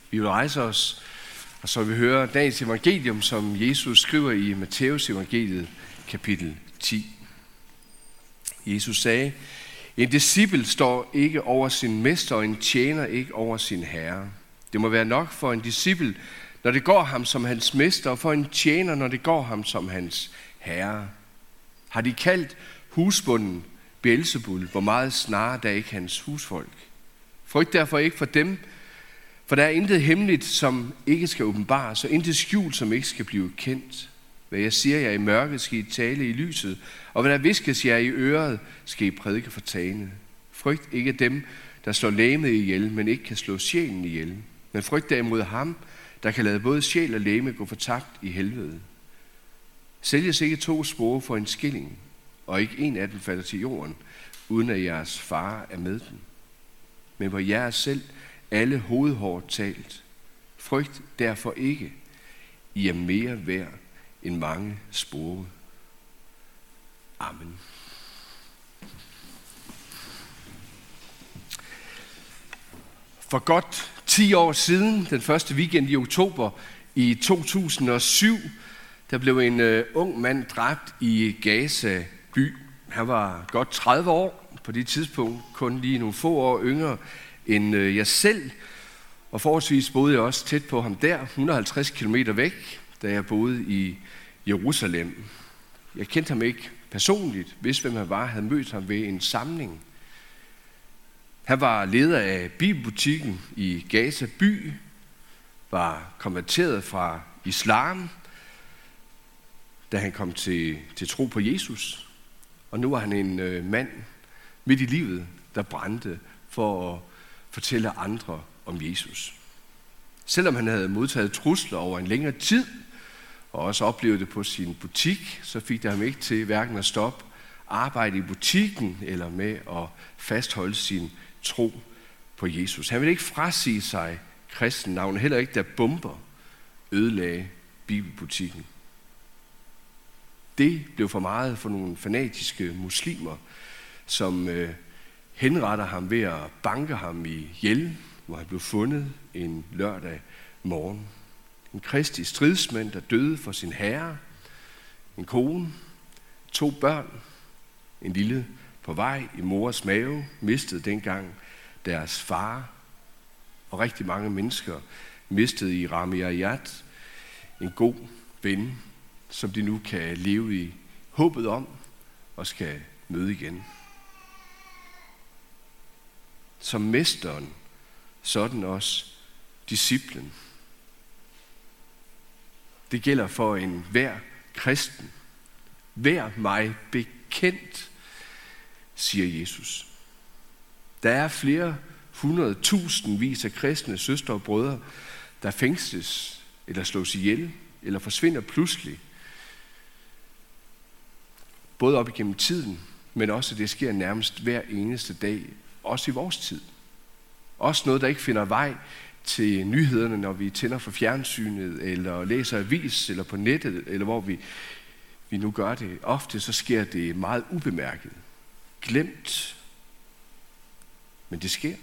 Vi vil rejse os, og så vil vi høre dagens evangelium, som Jesus skriver i Matteus evangeliet, kapitel 10. Jesus sagde, en discipel står ikke over sin mester, og en tjener ikke over sin herre. Det må være nok for en discipel, når det går ham som hans mester, og for en tjener, når det går ham som hans herre. Har de kaldt husbunden Beelzebul, hvor meget snarere der ikke hans husfolk. Frygt derfor ikke for dem, for der er intet hemmeligt, som ikke skal åbenbares, og intet skjult, som ikke skal blive kendt. Hvad jeg siger jer i mørket, skal I tale i lyset, og hvad der viskes jer i øret, skal I prædike for talende. Frygt ikke dem, der slår legemet ihjel, men ikke kan slå sjælen ihjel. Men frygt derimod ham, der kan lade både sjæl og legeme gå fortabt i helvede. Sælges ikke 2 spore for en skilling, og ikke en af dem falder til jorden, uden at jeres far er med den. Men hvor jer selv alle hovedhår talt. Frygt derfor ikke. I er mere værd end mange spore. Amen. For godt 10 år siden, den første weekend i oktober i 2007, der blev en ung mand dræbt i Gaza by. Han var godt 30 år på det tidspunkt, kun lige nogle få år yngre end jeg selv. Og forholdsvis boede jeg også tæt på ham der, 150 kilometer væk, da jeg boede i Jerusalem. Jeg kendte ham ikke personligt, vidste hvem han var, havde mødt ham ved en samling. Han var leder af bibelbutikken i Gaza by, var konverteret fra islam, da han kom til tro på Jesus. Og nu var han en mand midt i livet, der brændte for at fortælle andre om Jesus. Selvom han havde modtaget trusler over en længere tid, og også oplevede det på sin butik, så fik det ham ikke til hverken at stoppe arbejde i butikken, eller med at fastholde sin tro på Jesus. Han ville ikke frasige sig kristennavnet, heller ikke da bomber ødelagde bibelbutikken. Det blev for meget for nogle fanatiske muslimer, som henretter ham ved at banke ham ihjel, hvor han blev fundet en lørdag morgen. En kristig stridsmand, der døde for sin herre, en kone, 2 børn, en lille på vej i mors mave, mistede dengang deres far, og rigtig mange mennesker mistede i Rami Ayat en god ven, som de nu kan leve i håbet om og skal møde igen. Som mesteren, sådan også disciplen. Det gælder for enhver kristen. Vær mig bekendt, siger Jesus. Der er flere 100.000 af kristne søstre og brødre, der fængsles eller slås ihjel eller forsvinder pludselig. Både op igennem tiden, men også det sker nærmest hver eneste dag, også i vores tid. Også noget, der ikke finder vej til nyhederne, når vi tænder for fjernsynet, eller læser avis, eller på nettet, eller hvor vi nu gør det. Ofte så sker det meget ubemærket. Glemt. Men det sker.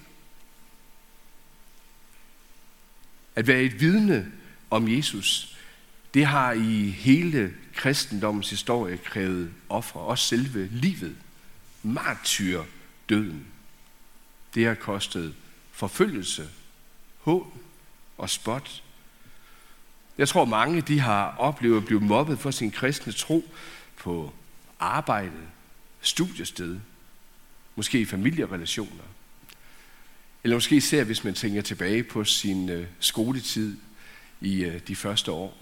At være et vidne om Jesus, det har i hele kristendommens historie krævet ofre, også selve livet. Martyrdøden. Det har kostet forfølgelse, hån og spot. Jeg tror mange, de har oplevet at blive mobbet for sin kristne tro på arbejde, studiested, måske i familierelationer. Eller måske især, hvis man tænker tilbage på sin skoletid i de første år.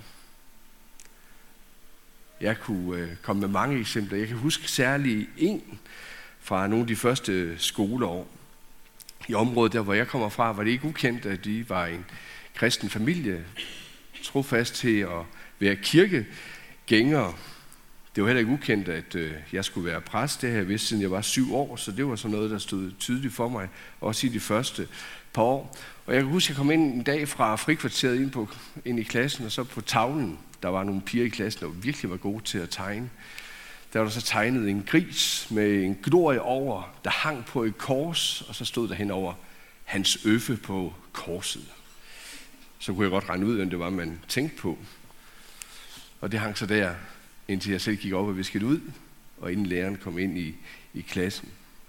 Jeg kunne komme med mange eksempler. Jeg kan huske særligt en fra nogle af de første skoleår. I området der, hvor jeg kommer fra, var det ikke ukendt, at de var en kristen familie, trofast til at være kirkegængere. Det var heller ikke ukendt, at jeg skulle være præst. Det har jeg vidst, siden jeg var 7 år, så det var sådan noget, der stod tydeligt for mig, også i de første par år. Og jeg kan huske, at jeg kom ind en dag fra frikvarteret ind i klassen, og så på tavlen, der var nogle piger i klassen, der virkelig var gode til at tegne. Der var der så tegnet en gris med en glorie over, der hang på et kors, og så stod der henover hans øffe på korset. så kunne jeg godt regne ud, hvem det var, man tænkte på. Og det hang så der, indtil jeg selv gik op og viskede ud, og inden læreren kom ind i klassen.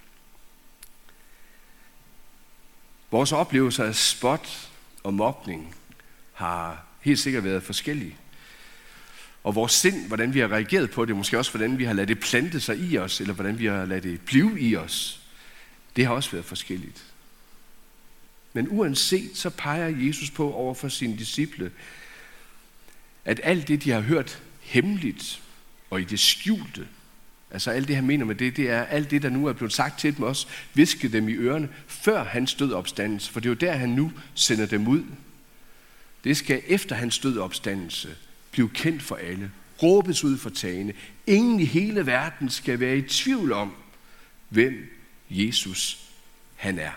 Vores oplevelser af spot og mobning har helt sikkert været forskellige. Og vores sind, hvordan vi har reageret på det, måske også hvordan vi har ladet det plante sig i os, eller hvordan vi har ladet det blive i os, det har også været forskelligt. Men uanset, så peger Jesus på over for sine disciple, at alt det, de har hørt hemmeligt og i det skjulte, altså alt det, han mener med det, det er alt det, der nu er blevet sagt til dem også, viske dem i ørerne, før hans død opstandelse, for det er jo der, han nu sender dem ud. Det skal efter hans død opstandelse blive kendt for alle, råbes ud for tagene. Ingen i hele verden skal være i tvivl om, hvem Jesus han er.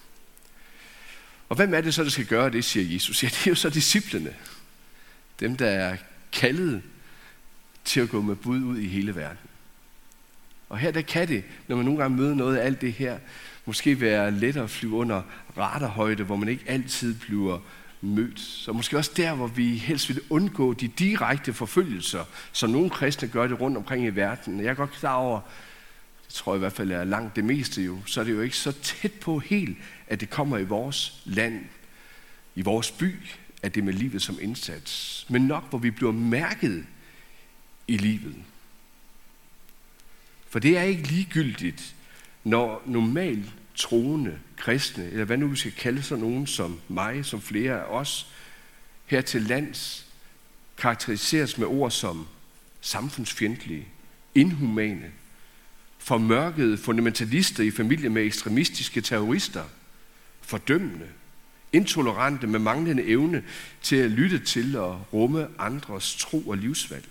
Og hvem er det så, der skal gøre det, siger Jesus? Ja, det er jo så disciplene. Dem, der er kaldet til at gå med bud ud i hele verden. Og her der kan det, når man nogle gange møder noget af alt det her, måske være lettere at flyve under radarhøjde, hvor man ikke altid bliver mødt. Så måske også der, hvor vi helst vil undgå de direkte forfølgelser, som nogle kristne gør det rundt omkring i verden. Jeg er godt klar over, det tror jeg i hvert fald er langt det meste jo, så er det jo ikke så tæt på helt, at det kommer i vores land, i vores by, at det er med livet som indsats. Men nok, hvor vi bliver mærket i livet. For det er ikke ligegyldigt, når normalt troende kristne, eller hvad nu vi skal kalde sådan nogen som mig, som flere af os, her til lands, karakteriseres med ord som samfundsfjendtlige, inhumane, formørkede fundamentalister i familie med ekstremistiske terrorister, fordømmende, intolerante med manglende evne til at lytte til og rumme andres tro og livsvalg.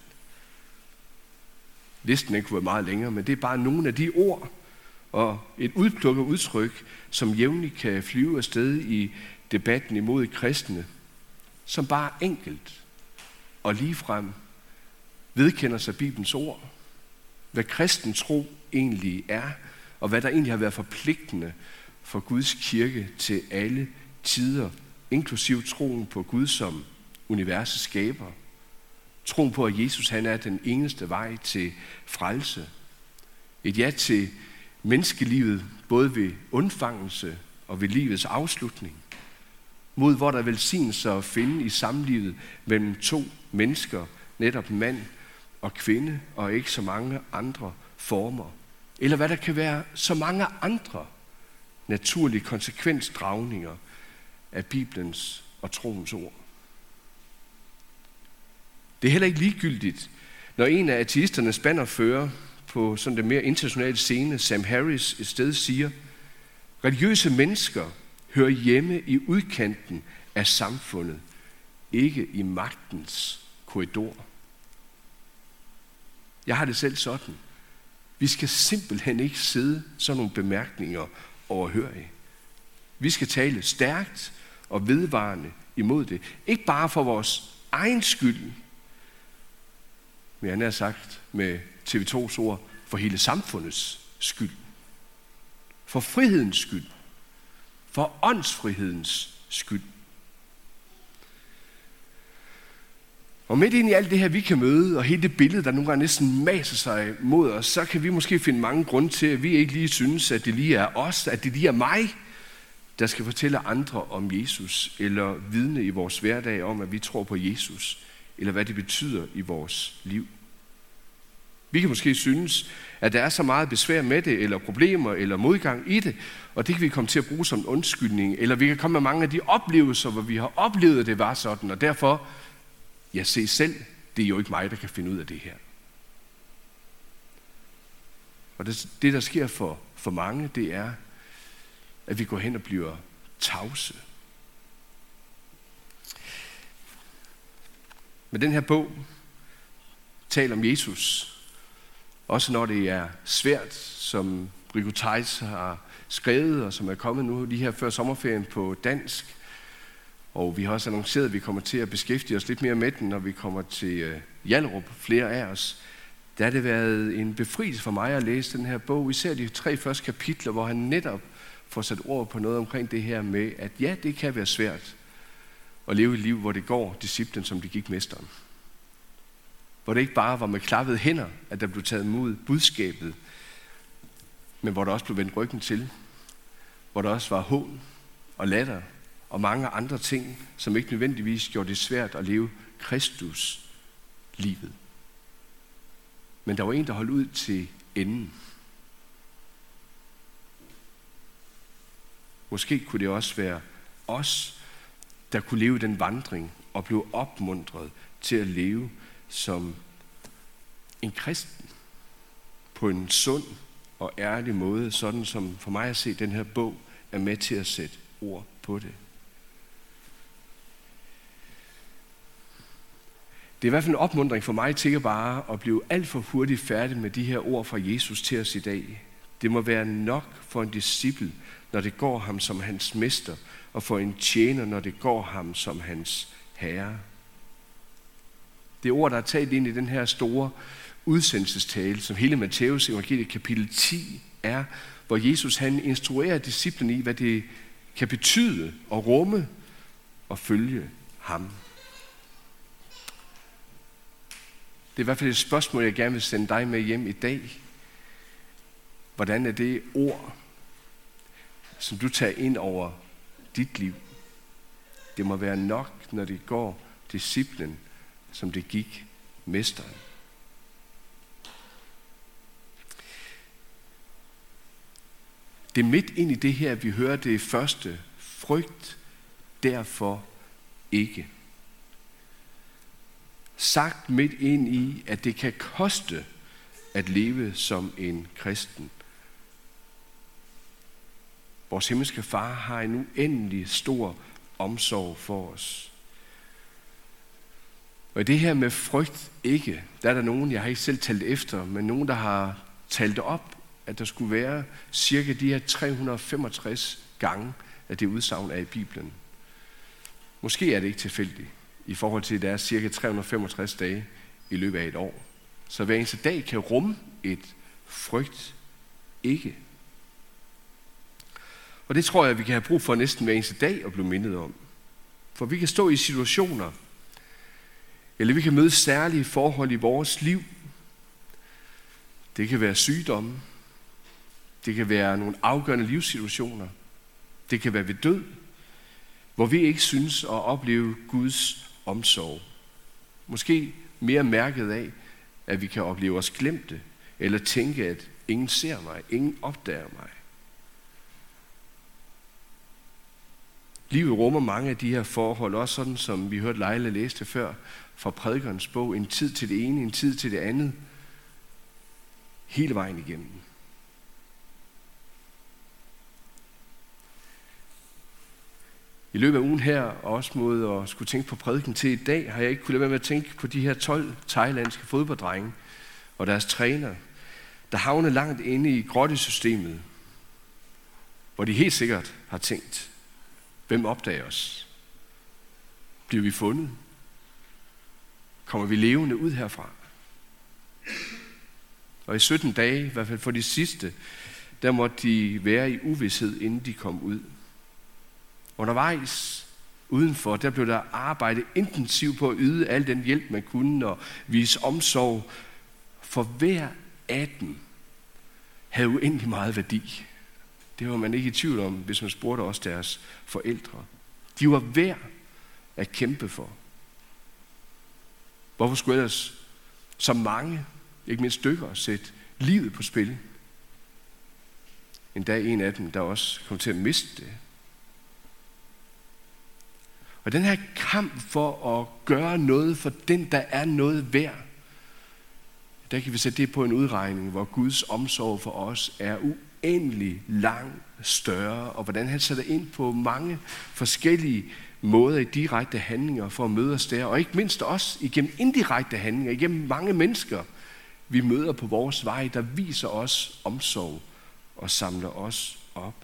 Listen ikke kunne være meget længere, men det er bare nogle af de ord og et udplukket udtryk, som jævnligt kan flyve afsted i debatten imod kristne, som bare enkelt og ligefrem vedkender sig Bibelens ord, hvad kristen tro egentlig er, og hvad der egentlig har været forpligtende for Guds kirke til alle tider, inklusiv troen på Gud som universets skaber, troen på, at Jesus han er den eneste vej til frelse, et ja til menneskelivet, både ved undfangelse og ved livets afslutning, mod hvor der velsignelser at finde i samlivet mellem to mennesker, netop mand og kvinde, og ikke så mange andre former. Eller hvad der kan være så mange andre naturlige konsekvensdragninger af Bibelens og troens ord. Det er heller ikke ligegyldigt, når en af ateisternes bannerfører på sådan det mere internationale scene, Sam Harris, et sted siger, religiøse mennesker hører hjemme i udkanten af samfundet, ikke i magtens korridor. Jeg har det selv sådan. Vi skal simpelthen ikke sidde sådan nogle bemærkninger overhørige. Vi skal tale stærkt og vedvarende imod det. Ikke bare for vores egen skyld, men jeg har sagt med TV2's ord, for hele samfundets skyld. For frihedens skyld. For åndsfrihedens skyld. Og midt ind i alt det her, vi kan møde, og hele det billede, der nogle gange næsten maser sig mod os, så kan vi måske finde mange grunde til, at vi ikke lige synes, at det lige er os, at det lige er mig, der skal fortælle andre om Jesus, eller vidne i vores hverdag om, at vi tror på Jesus, eller hvad det betyder i vores liv. Vi kan måske synes, at der er så meget besvær med det, eller problemer, eller modgang i det, og det kan vi komme til at bruge som en undskyldning, eller vi kan komme med mange af de oplevelser, hvor vi har oplevet, at det var sådan, og derfor, jeg ser selv, det er jo ikke mig, der kan finde ud af det her. Og det der sker for mange, det er, at vi går hen og bliver tavse. Men den her bog taler om Jesus, også når det er svært, som Rico Theis har skrevet, og som er kommet nu lige her før sommerferien på dansk. Og vi har også annonceret, at vi kommer til at beskæftige os lidt mere med den, når vi kommer til Hjallerup, flere af os. Der har det været en befrielse for mig at læse den her bog, især de 3 første kapitler, hvor han netop får sat ord på noget omkring det her med, at ja, det kan være svært. at leve et liv, hvor det går disciplen, som det gik mesteren. Hvor det ikke bare var med klappede hænder, at der blev taget imod budskabet, men hvor der også blev vendt ryggen til. Hvor der også var hån og latter og mange andre ting, som ikke nødvendigvis gjorde det svært at leve Kristus-livet. Men der var en, der holdt ud til enden. Måske kunne det også være os, der kunne leve den vandring og blev opmuntret til at leve som en kristen på en sund og ærlig måde, sådan som for mig at se, den her bog er med til at sætte ord på det. Det er i hvert fald en opmuntring for mig til ikke bare at blive alt for hurtigt færdig med de her ord fra Jesus til os i dag. Det må være nok for en disciple, når det går ham som hans mester, og for en tjener, når det går ham som hans herre. Det ord, der er talt ind i den her store udsendelsestale, som hele Matthæus evangeliet kapitel 10 er, hvor Jesus han instruerer disciplen i, hvad det kan betyde at rumme og følge ham. Det er i hvert fald et spørgsmål, jeg gerne vil sende dig med hjem i dag. Hvordan er det ord, som du tager ind over dit liv? Det må være nok, når det går disciplen, som det gik mesteren. Det er midt ind i det her, vi hører det første. Frygt derfor ikke. Sagt midt ind i, at det kan koste at leve som en kristen. Vores himmelske far har en uendelig stor omsorg for os. Og i det her med frygt ikke, der er der nogen, jeg har ikke selv talt efter, men nogen, der har talt op, at der skulle være cirka de her 365 gange, at det udsagn er i Bibelen. Måske er det ikke tilfældigt, i forhold til, at der er cirka 365 dage i løbet af et år. Så hver eneste dag kan rumme et frygt ikke. Og det tror jeg, vi kan have brug for næsten hver eneste dag at blive mindet om. For vi kan stå i situationer, eller vi kan møde særlige forhold i vores liv. Det kan være sygdomme. Det kan være nogle afgørende livssituationer. Det kan være ved død, hvor vi ikke synes at opleve Guds omsorg. Måske mere mærket af, at vi kan opleve os glemte, eller tænke, at ingen ser mig, ingen opdager mig. Livet rummer mange af de her forhold, også sådan som vi hørte Leila læse det før, fra prædikernes bog, en tid til det ene, en tid til det andet, hele vejen igennem. I løbet af ugen her, og også mod at skulle tænke på prædiken til i dag, har jeg ikke kunnet lade være med at tænke på de her 12 thailandske fodbolddrenge og deres træner, der havnede langt inde i grottesystemet, hvor de helt sikkert har tænkt, hvem opdager os? Bliver vi fundet? Kommer vi levende ud herfra? Og i 17 dage, i hvert fald for de sidste, der måtte de være i uvished, inden de kom ud. Undervejs udenfor, der blev der arbejdet intensivt på at yde al den hjælp, man kunne, og vise omsorg. For hver af dem havde uendelig meget værdi. Det var man ikke i tvivl om, hvis man spurgte også deres forældre. De var værd at kæmpe for. Hvorfor skulle ellers så mange, ikke mindst dykkere, sætte livet på spil? Endda en af dem, der også kom til at miste det. Og den her kamp for at gøre noget for den, der er noget værd, der kan vi sætte det på en udregning, hvor Guds omsorg for os er uendelig langt større, og hvordan han sætter ind på mange forskellige måder i direkte handlinger for at møde os der, og ikke mindst også igennem indirekte handlinger, igennem mange mennesker, vi møder på vores vej, der viser os omsorg og samler os op.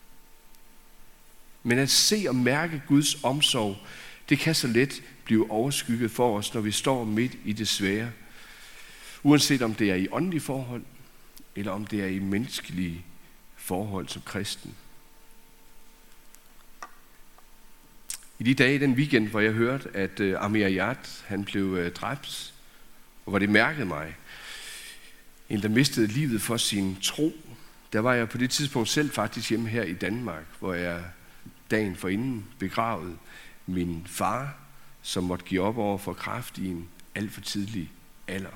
Men at se og mærke Guds omsorg, det kan så let blive overskygget for os, når vi står midt i det svære. Uanset om det er i åndelige forhold, eller om det er i menneskelige forhold som kristen. I de dage, den weekend, hvor jeg hørte, at Amir Yat, han blev dræbt, og hvor det mærkede mig, en der mistede livet for sin tro, der var jeg på det tidspunkt selv faktisk hjemme her i Danmark, hvor jeg dagen forinden begravede min far, som måtte give op over for kræft i en alt for tidlig alder.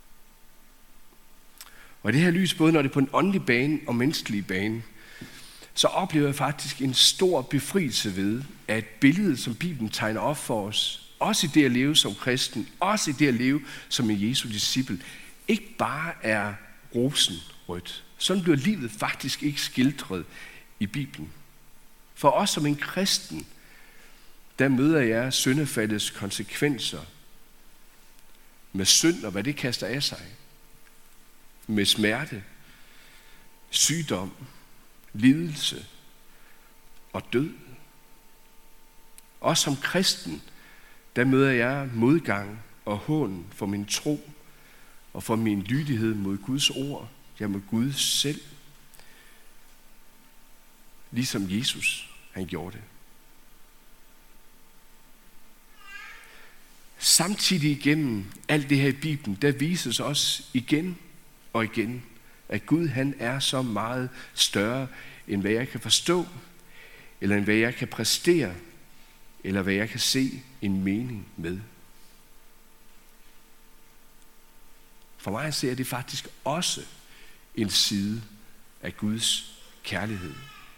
Og i det her lys, både når det er på en åndelig bane og menneskelig bane, så oplever jeg faktisk en stor befrielse ved, at billedet, som Bibelen tegner op for os, også i det at leve som kristen, også i det at leve som en Jesu disciple, ikke bare er rosenrødt. Sådan bliver livet faktisk ikke skildret i Bibelen. For os som en kristen, der møder jeg syndefaldets konsekvenser med synd og hvad det kaster af sig. Med smerte, sygdom, lidelse og død. Også som kristen, der møder jeg modgang og hån for min tro og for min lydighed mod Guds ord, ja mod Gud selv. Ligesom Jesus, han gjorde det. Samtidig igennem alt det her i Bibelen, der vises os igen og igen, at Gud han er så meget større, end hvad jeg kan forstå, eller end hvad jeg kan præstere, eller hvad jeg kan se en mening med. For mig ser det faktisk også en side af Guds kærlighed.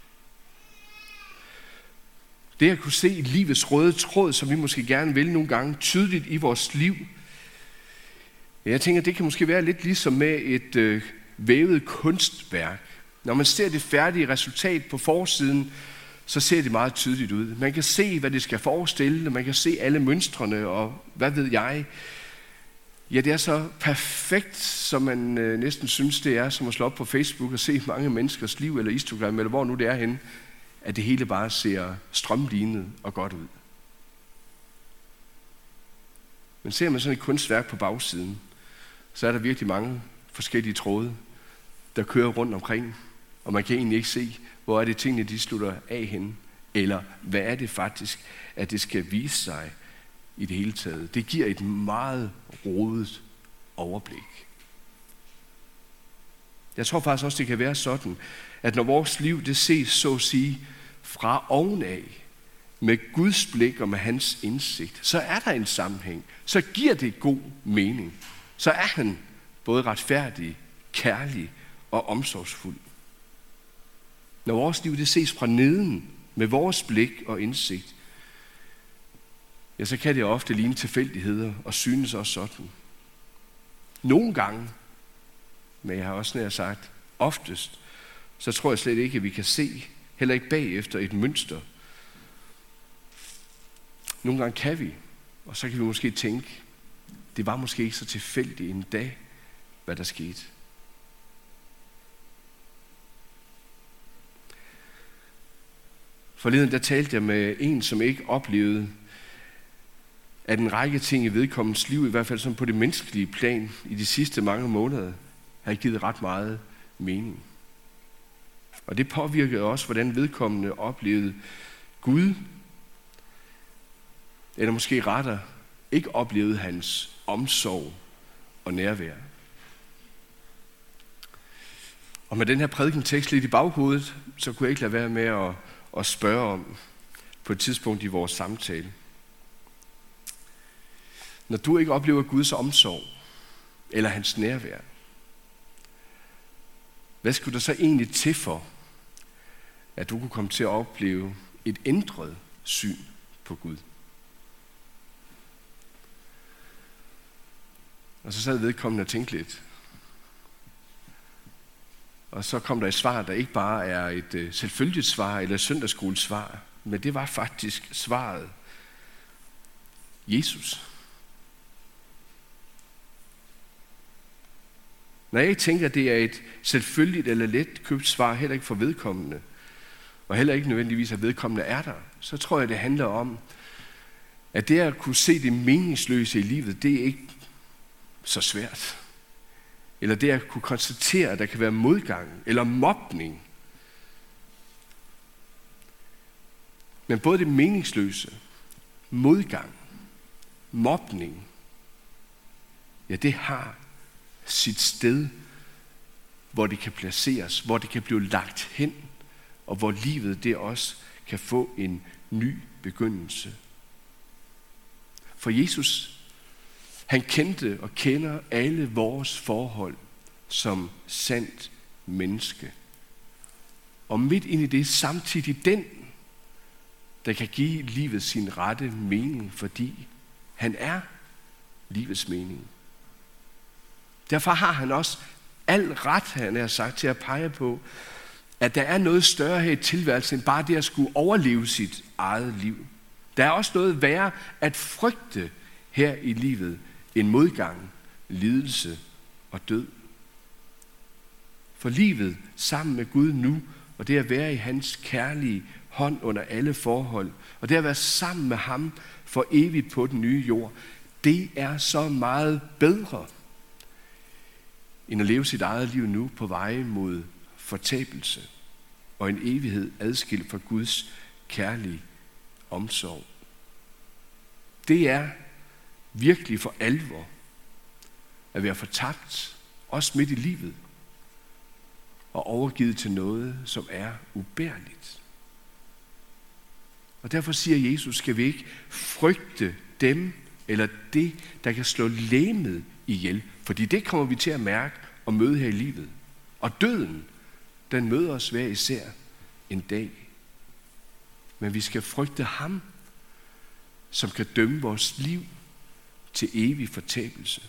Det at kunne se livets røde tråd, som vi måske gerne vil nogle gange, tydeligt i vores liv. Jeg tænker, det kan måske være lidt ligesom med et vævet kunstværk. Når man ser det færdige resultat på forsiden, så ser det meget tydeligt ud. Man kan se, hvad det skal forestille, og man kan se alle mønstrene, og hvad ved jeg. Ja, det er så perfekt, som man næsten synes, det er, som at slå op på Facebook og se mange menneskers liv, eller Instagram, eller hvor nu det er henne, at det hele bare ser strømlignet og godt ud. Men ser man sådan et kunstværk på bagsiden, så er der virkelig mange forskellige tråde, der kører rundt omkring, og man kan egentlig ikke se, hvor er det tingene, de slutter af henne, eller hvad er det faktisk, at det skal vise sig i det hele taget. Det giver et meget rodet overblik. Jeg tror faktisk også, det kan være sådan, at når vores liv, det ses så at sige fra ovenaf, med Guds blik og med hans indsigt, så er der en sammenhæng. Så giver det god mening. Så er han både retfærdig, kærlig og omsorgsfuld. Når vores liv, det ses fra neden, med vores blik og indsigt, ja, så kan det ofte ligne tilfældigheder og synes også sådan. Nogle gange, men jeg har også nær sagt oftest, så tror jeg slet ikke, at vi kan se, heller ikke bagefter et mønster. Nogle gange kan vi, og så kan vi måske tænke, det var måske ikke så tilfældigt en dag, hvad der skete. Forleden der talte jeg med en, som ikke oplevede, at en række ting i vedkommendes liv, i hvert fald sådan på det menneskelige plan, i de sidste mange måneder, har givet ret meget mening. Og det påvirkede også, hvordan vedkommende oplevede Gud, eller måske rettere, ikke oplevede hans omsorg og nærvær. Og med den her prædikentekst lidt i baghovedet, så kunne jeg ikke lade være med at spørge om på et tidspunkt i vores samtale. Når du ikke oplever Guds omsorg eller hans nærvær, hvad skulle der så egentlig til for, at du kunne komme til at opleve et ændret syn på Gud? Og så sad vedkommende og tænkte lidt. Og så kom der et svar, der ikke bare er et selvfølgeligt svar eller et søndagsskolesvar, men det var faktisk svaret. Jesus. Når jeg ikke tænker, at det er et selvfølgeligt eller let købt svar, heller ikke for vedkommende, og heller ikke nødvendigvis, at vedkommende er der, så tror jeg, det handler om, at det at kunne se det meningsløse i livet, det er ikke så svært. Eller det at kunne konstatere, at der kan være modgang eller mobning. Men både det meningsløse modgang, mobning, ja, det har sit sted, hvor det kan placeres, hvor det kan blive lagt hen, og hvor livet det også kan få en ny begyndelse. For Jesus, han kendte og kender alle vores forhold som sandt menneske. Og midt ind i det samtidig den, der kan give livet sin rette mening, fordi han er livets mening. Derfor har han også al ret, han har sagt, til at pege på, at der er noget større her i tilværelsen, end bare det at skulle overleve sit eget liv. Der er også noget værre at frygte her i livet, end modgang, lidelse og død. For livet sammen med Gud nu, og det at være i hans kærlige hånd under alle forhold, og det at være sammen med ham for evigt på den nye jord, det er så meget bedre, end at leve sit eget liv nu på vej mod fortabelse og en evighed adskilt fra Guds kærlige omsorg. Det er virkelig for alvor at være fortabt, også midt i livet, og overgivet til noget, som er ubærligt. Og derfor siger Jesus, skal vi ikke frygte dem, eller det, der kan slå legemet ihjel. Fordi det kommer vi til at mærke og møde her i livet. Og døden, den møder os hver især en dag. Men vi skal frygte ham, som kan dømme vores liv til evig fortabelse.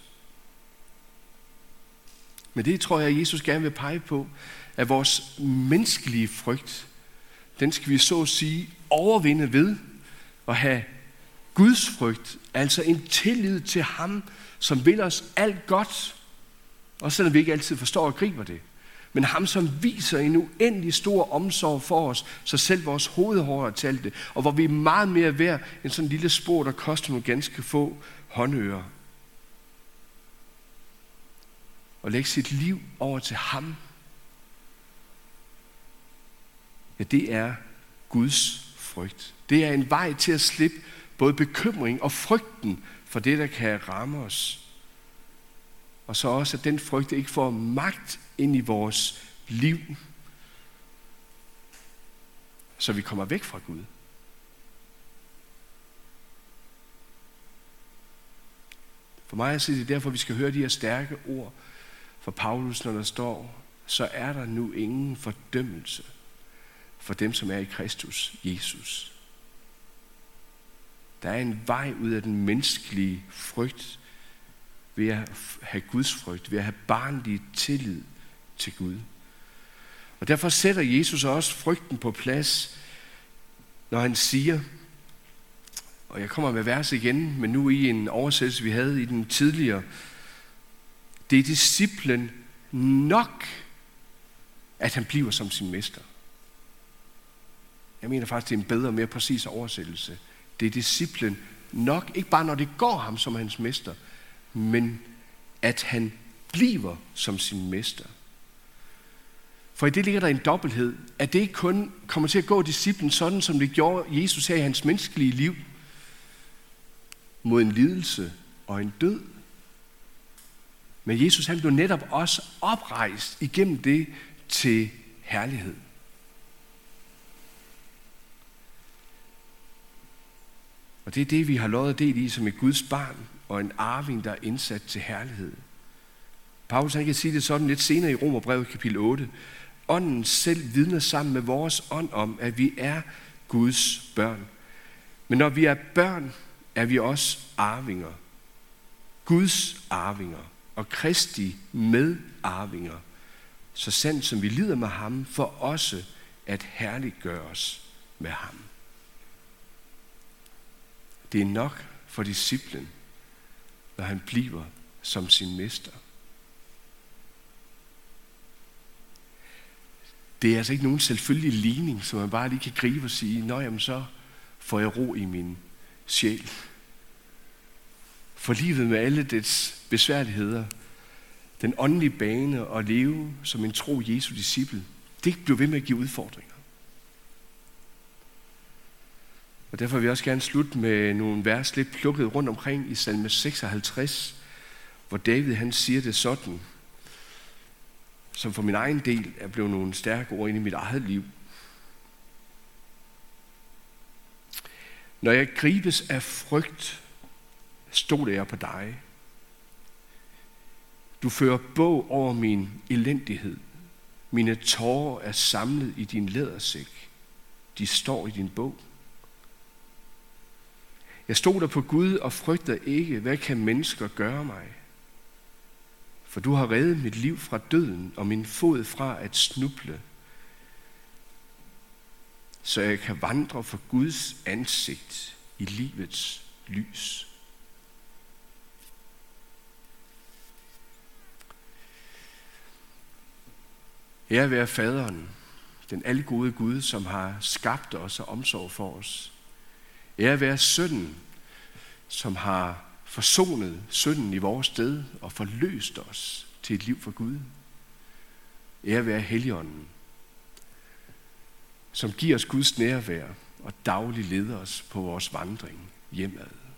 Men det tror jeg, at Jesus gerne vil pege på, at vores menneskelige frygt, den skal vi så at sige overvinde ved at have Guds frygt, altså en tillid til ham, som vil os alt godt, også selvom vi ikke altid forstår og griber det. Men ham, som viser en uendelig stor omsorg for os, så selv vores hovedhår er talt det, og hvor vi er meget mere værd end sådan en lille spor, der koster nogle ganske få håndører. Og lægge sit liv over til ham, ja, det er Guds frygt. Det er en vej til at slippe både bekymring og frygten for det, der kan ramme os. Og så også, at den frygt ikke får magt ind i vores liv, så vi kommer væk fra Gud. For mig er det derfor, vi skal høre de her stærke ord fra Paulus, når der står, så er der nu ingen fordømmelse for dem, som er i Kristus Jesus. Der er en vej ud af den menneskelige frygt, ved at have Guds frygt, ved at have barnlig tillid til Gud. Og derfor sætter Jesus også frygten på plads, når han siger, og jeg kommer med vers igen, men nu i en oversættelse, vi havde i den tidligere, det er disciplen nok, at han bliver som sin mester. Jeg mener faktisk, det er en bedre og mere præcis oversættelse. Det er disciplen nok, ikke bare når det går ham som hans mester, men at han bliver som sin mester. For i det ligger der en dobbelthed, at det ikke kun kommer til at gå disciplen sådan, som det gjorde Jesus her i hans menneskelige liv, mod en lidelse og en død. Men Jesus, han blev netop også oprejst igennem det til herlighed. Og det er det, vi har lovet del i som et Guds barn og en arving, der er indsat til herlighed. Paulus, han kan sige det sådan lidt senere i Romerbrevet kapitel 8. Ånden selv vidner sammen med vores ånd om, at vi er Guds børn. Men når vi er børn, er vi også arvinger. Guds arvinger og Kristi medarvinger. Så sandt som vi lider med ham, for også at herliggøre os med ham. Det er nok for disciplen, når han bliver som sin mester. Det er altså ikke nogen selvfølgelig ligning, som man bare lige kan gribe og sige, nå jamen så får jeg ro i min sjæl. For livet med alle dets besværligheder, den åndelige bane og leve som en tro Jesu disciple, det bliver ved med at give udfordringer. Og derfor vil jeg også gerne slutte med nogle vers lidt plukket rundt omkring i salme 56, hvor David han siger det sådan, som for min egen del er blevet nogle stærke ord ind i mit eget liv. Når jeg gribes af frygt, stoler jeg på dig. Du fører bog over min elendighed. Mine tårer er samlet i din lædersæk. De står i din bog. Jeg stoler på Gud og frygter ikke, hvad kan mennesker gøre mig? For du har reddet mit liv fra døden og min fod fra at snuble, så jeg kan vandre for Guds ansigt i livets lys. Ære være faderen, den algode Gud, som har skabt os og omsorg for os. Ære være sønnen, som har forsonet synden i vores sted og forløst os til et liv for Gud. Ære være Helligånden, som giver os Guds nærvær og dagligt leder os på vores vandring hjemad.